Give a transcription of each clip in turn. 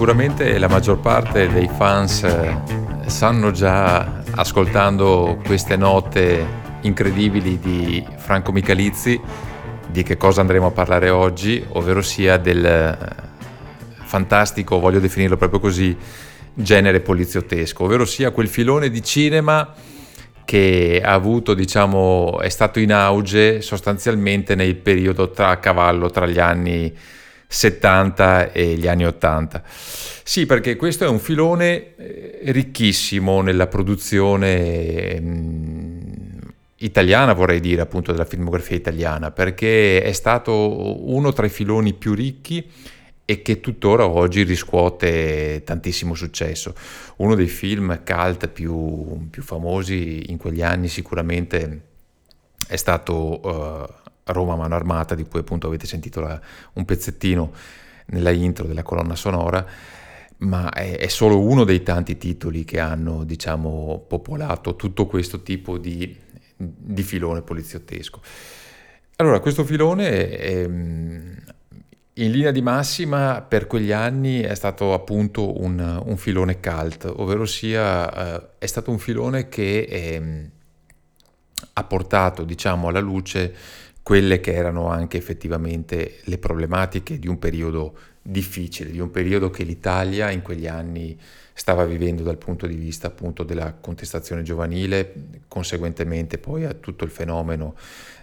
Sicuramente la maggior parte dei fans sanno già, ascoltando queste note incredibili di Franco Michalizzi, di che cosa andremo a parlare oggi, ovvero sia del fantastico, voglio definirlo proprio così, genere poliziottesco, ovvero sia quel filone di cinema che ha avuto, diciamo, è stato in auge sostanzialmente nel periodo a cavallo tra gli anni 70 e gli anni 80. Sì, perché questo è un filone ricchissimo nella produzione italiana, vorrei dire, appunto, della filmografia italiana, perché è stato uno tra i filoni più ricchi e che tuttora oggi riscuote tantissimo successo. Uno dei film cult più famosi in quegli anni sicuramente è stato Roma Mano Armata, di cui appunto avete sentito un pezzettino nella intro della colonna sonora, ma è solo uno dei tanti titoli che hanno, diciamo, popolato tutto questo tipo di filone poliziottesco. Allora, questo filone in linea di massima per quegli anni è stato appunto un filone cult, ovvero sia è stato un filone che ha portato, diciamo, alla luce quelle che erano anche effettivamente le problematiche di un periodo difficile, di un periodo che l'Italia in quegli anni stava vivendo dal punto di vista appunto della contestazione giovanile, conseguentemente poi a tutto il fenomeno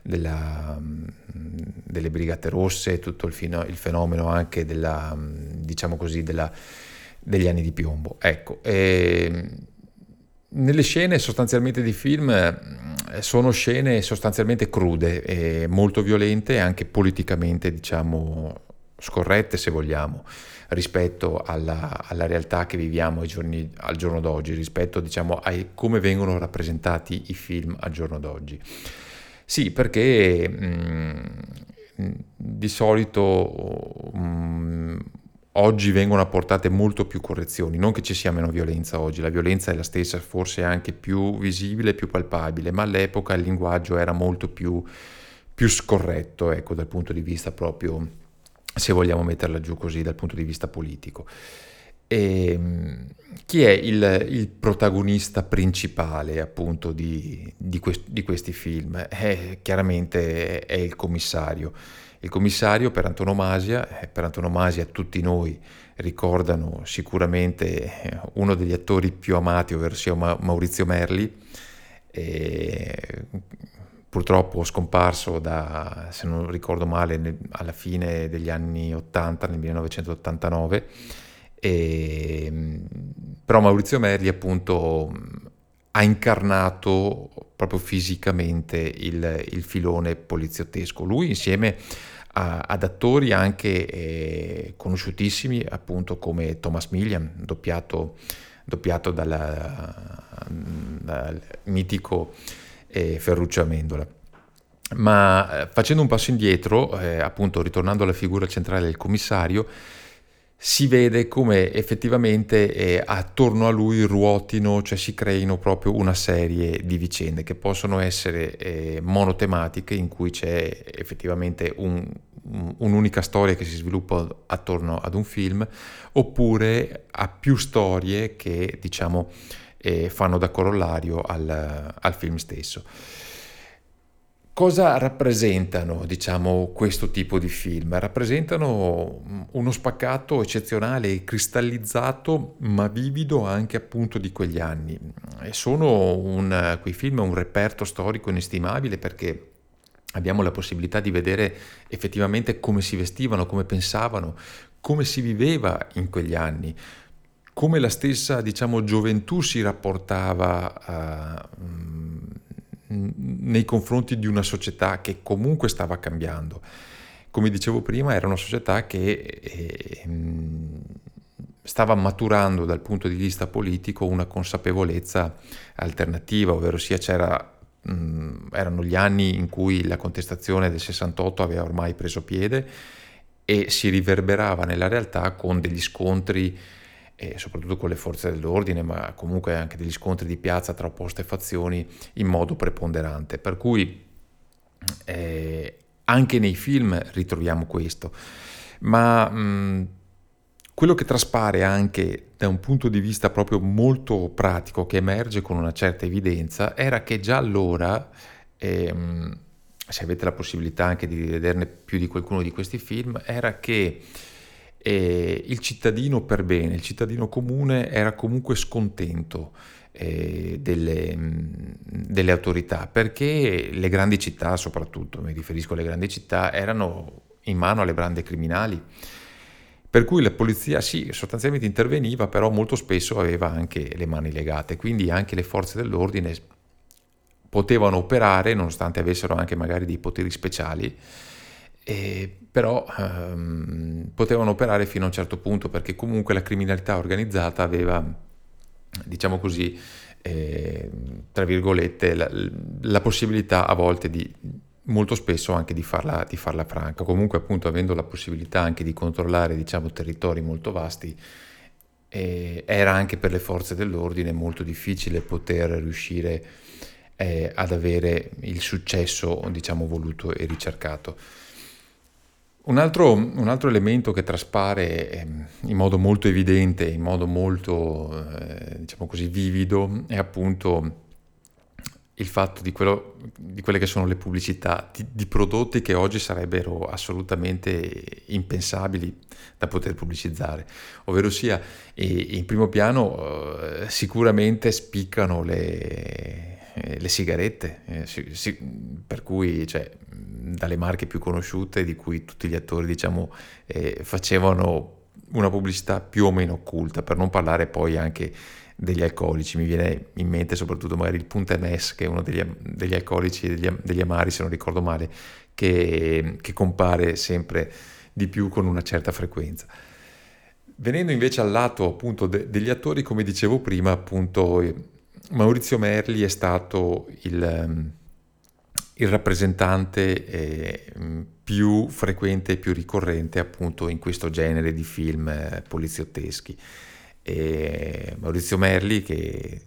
delle Brigate Rosse, tutto il fenomeno anche diciamo così, degli anni di piombo. Ecco, nelle scene sostanzialmente di film sono scene sostanzialmente crude e molto violente e anche politicamente, diciamo, scorrette, se vogliamo, rispetto alla realtà che viviamo al giorno d'oggi, rispetto, diciamo, a come vengono rappresentati i film al giorno d'oggi. Sì, perché di solito oggi vengono apportate molto più correzioni, non che ci sia meno violenza oggi, la violenza è la stessa, forse anche più visibile, più palpabile, ma all'epoca il linguaggio era molto più scorretto, ecco, dal punto di vista proprio, se vogliamo metterla giù così, dal punto di vista politico. E chi è il protagonista principale appunto di questi film? Chiaramente è il commissario. Il commissario per antonomasia tutti noi ricordano sicuramente uno degli attori più amati, ovvero sia Maurizio Merli, purtroppo scomparso se non ricordo male, alla fine degli anni 80, nel 1989. Però Maurizio Merli appunto ha incarnato proprio fisicamente il filone poliziottesco. Lui insieme ad attori anche conosciutissimi, appunto come Thomas Millian, doppiato dal mitico Ferruccio Amendola. Ma facendo un passo indietro, appunto ritornando alla figura centrale del commissario, si vede come effettivamente attorno a lui ruotino, cioè si creino proprio una serie di vicende che possono essere monotematiche, in cui c'è effettivamente un'unica storia che si sviluppa attorno ad un film, oppure a più storie che, diciamo, fanno da corollario al film stesso. Cosa rappresentano, diciamo, questo tipo di film? Rappresentano uno spaccato eccezionale e cristallizzato, ma vivido anche appunto di quegli anni. E sono quei film un reperto storico inestimabile, perché abbiamo la possibilità di vedere effettivamente come si vestivano, come pensavano, come si viveva in quegli anni, come la stessa, diciamo, gioventù si rapportava nei confronti di una società che comunque stava cambiando. Come dicevo prima, era una società che stava maturando dal punto di vista politico una consapevolezza alternativa, ovvero sia erano gli anni in cui la contestazione del 68 aveva ormai preso piede e si riverberava nella realtà con degli scontri, soprattutto con le forze dell'ordine, ma comunque anche degli scontri di piazza tra opposte fazioni in modo preponderante. Per cui anche nei film ritroviamo questo, ma Quello che traspare anche da un punto di vista proprio molto pratico, che emerge con una certa evidenza, era che già allora, se avete la possibilità anche di rivederne più di qualcuno di questi film, era che il cittadino per bene, il cittadino comune era comunque scontento delle autorità, perché le grandi città, soprattutto mi riferisco alle grandi città, erano in mano alle bande criminali, per cui la polizia sì, sostanzialmente interveniva, però molto spesso aveva anche le mani legate, quindi anche le forze dell'ordine potevano operare, nonostante avessero anche magari dei poteri speciali, però potevano operare fino a un certo punto, perché comunque la criminalità organizzata aveva, diciamo così, tra virgolette, la possibilità a volte molto spesso anche di farla franca. Comunque, appunto, avendo la possibilità anche di controllare, diciamo, territori molto vasti, era anche per le forze dell'ordine molto difficile poter riuscire ad avere il successo, diciamo, voluto e ricercato. Un altro elemento che traspare in modo molto evidente, in modo molto, diciamo così, vivido, è appunto il fatto di quelle che sono le pubblicità di prodotti che oggi sarebbero assolutamente impensabili da poter pubblicizzare, ovvero sia in primo piano sicuramente spiccano le sigarette, per cui, cioè, dalle marche più conosciute, di cui tutti gli attori, diciamo, facevano una pubblicità più o meno occulta, per non parlare poi anche degli alcolici. Mi viene in mente soprattutto magari il Punta MS, che è uno degli alcolici e degli amari, se non ricordo male, che compare sempre di più con una certa frequenza. Venendo invece al lato appunto degli attori, come dicevo prima, appunto Maurizio Merli è stato il rappresentante più frequente e più ricorrente appunto in questo genere di film poliziotteschi. Maurizio Merli, che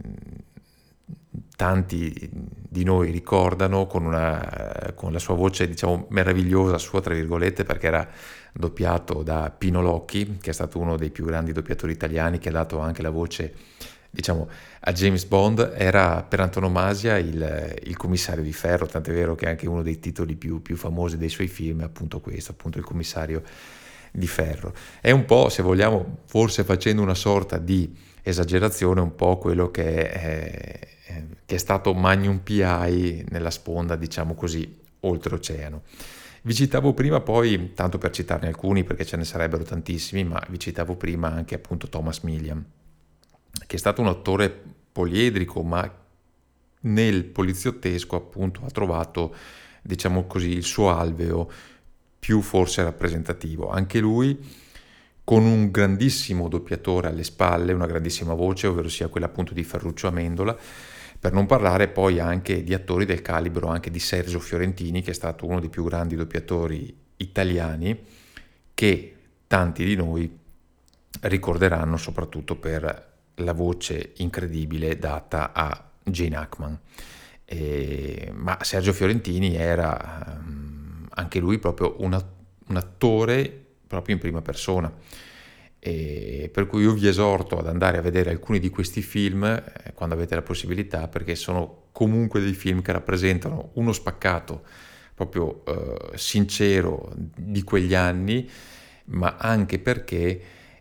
tanti di noi ricordano con la sua voce, diciamo, meravigliosa, sua tra virgolette, perché era doppiato da Pino Locchi, che è stato uno dei più grandi doppiatori italiani, che ha dato anche la voce, diciamo, a James Bond. Era per antonomasia il commissario di ferro, tant'è vero che anche uno dei titoli più famosi dei suoi film è appunto questo, appunto il commissario di ferro. È un po', se vogliamo, forse facendo una sorta di esagerazione, un po' quello che è stato Magnum PI nella sponda, diciamo così, oltreoceano. Vi citavo prima poi, tanto per citarne alcuni, perché ce ne sarebbero tantissimi, ma vi citavo prima anche appunto Thomas Milliam, che è stato un attore poliedrico, ma nel poliziottesco appunto ha trovato, diciamo così, il suo alveo più forse rappresentativo. Anche lui con un grandissimo doppiatore alle spalle, una grandissima voce, ovvero sia quella appunto di Ferruccio Amendola, per non parlare poi anche di attori del calibro anche di Sergio Fiorentini, che è stato uno dei più grandi doppiatori italiani, che tanti di noi ricorderanno soprattutto per la voce incredibile data a Gene Hackman. Ma Sergio Fiorentini era anche lui proprio un attore proprio in prima persona, per cui io vi esorto ad andare a vedere alcuni di questi film quando avete la possibilità, perché sono comunque dei film che rappresentano uno spaccato proprio sincero di quegli anni, ma anche perché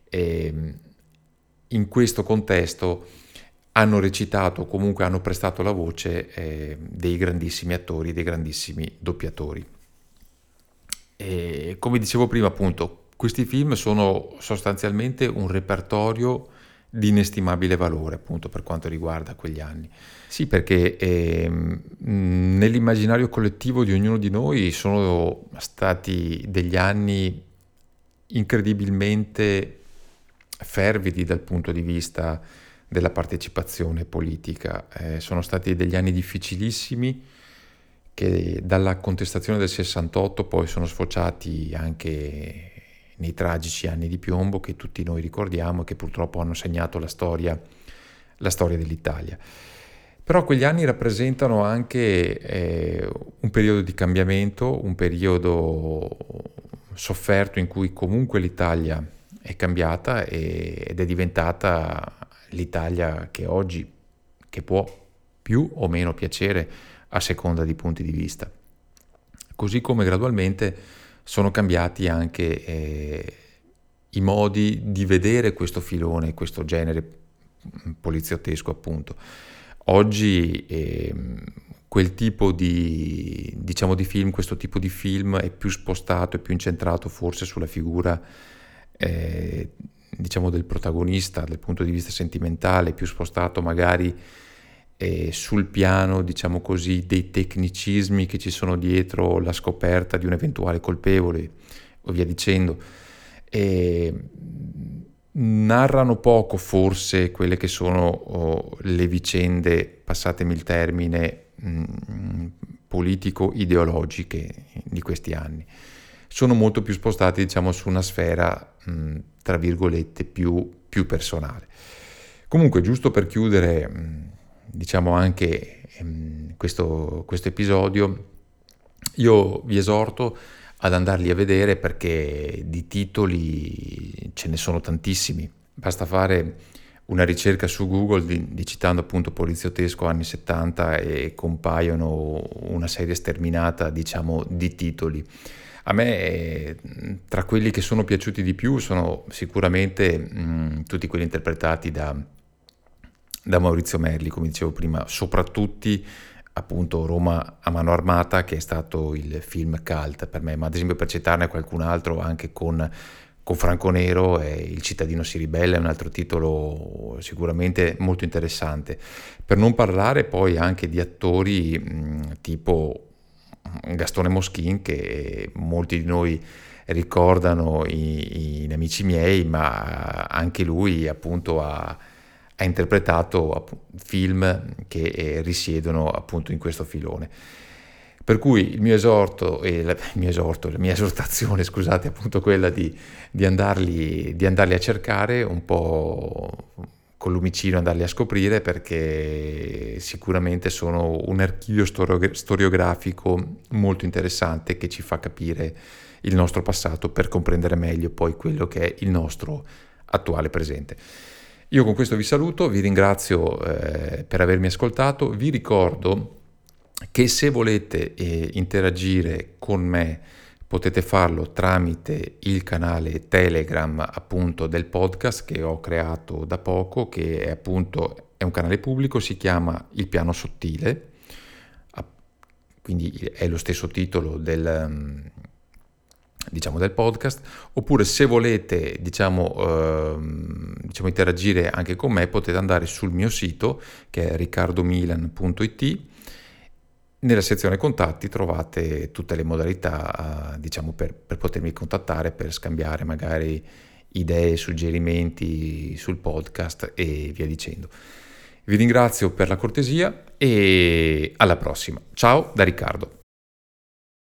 in questo contesto hanno recitato, comunque hanno prestato la voce dei grandissimi attori, dei grandissimi doppiatori. E come dicevo prima, appunto, questi film sono sostanzialmente un repertorio di inestimabile valore, appunto, per quanto riguarda quegli anni. Sì, perché nell'immaginario collettivo di ognuno di noi sono stati degli anni incredibilmente fervidi dal punto di vista della partecipazione politica. Sono stati degli anni difficilissimi, che dalla contestazione del 68 poi sono sfociati anche nei tragici anni di piombo che tutti noi ricordiamo e che purtroppo hanno segnato la storia dell'Italia. Però quegli anni rappresentano anche un periodo di cambiamento, un periodo sofferto in cui comunque l'Italia è cambiata ed è diventata l'Italia che oggi, che può più o meno piacere a seconda di punti di vista. Così come gradualmente sono cambiati anche i modi di vedere questo filone, questo genere poliziottesco appunto. Oggi quel tipo di film, questo tipo di film è più spostato e più incentrato forse sulla figura del protagonista dal punto di vista sentimentale, più spostato magari sul piano, diciamo così, dei tecnicismi che ci sono dietro la scoperta di un eventuale colpevole o via dicendo. Narrano poco forse quelle che sono le vicende, passatemi il termine, politico-ideologiche di questi anni. Sono molto più spostati, diciamo, su una sfera, tra virgolette, più personale. Comunque, giusto per chiudere, diciamo anche questo episodio, io vi esorto ad andarli a vedere perché di titoli ce ne sono tantissimi. Basta fare una ricerca su Google digitando appunto poliziottesco anni 70 e compaiono una serie sterminata, diciamo, di titoli. A me, tra quelli che sono piaciuti di più, sono sicuramente tutti quelli interpretati da Maurizio Merli, come dicevo prima, soprattutto appunto Roma a mano armata, che è stato il film cult per me, ma ad esempio per citarne qualcun altro, anche con Franco Nero, Il cittadino si ribella è un altro titolo sicuramente molto interessante, per non parlare poi anche di attori tipo Gastone Moschin, che molti di noi ricordano in Amici miei, ma anche lui appunto ha interpretato film che risiedono appunto in questo filone. Per cui il mia esortazione, scusate, è appunto quella di andarli a cercare un po' con lumicino, andarli a scoprire, perché sicuramente sono un archivio storiografico molto interessante che ci fa capire il nostro passato per comprendere meglio poi quello che è il nostro attuale presente. Io con questo vi saluto, vi ringrazio per avermi ascoltato, vi ricordo che se volete interagire con me potete farlo tramite il canale Telegram appunto del podcast che ho creato da poco, che è appunto un canale pubblico, si chiama Il Piano Sottile, quindi è lo stesso titolo del podcast. Oppure se volete interagire anche con me potete andare sul mio sito che è riccardomilan.it. Nella sezione contatti trovate tutte le modalità per potermi contattare, per scambiare magari idee, suggerimenti sul podcast e via dicendo. Vi ringrazio per la cortesia e alla prossima. Ciao da Riccardo.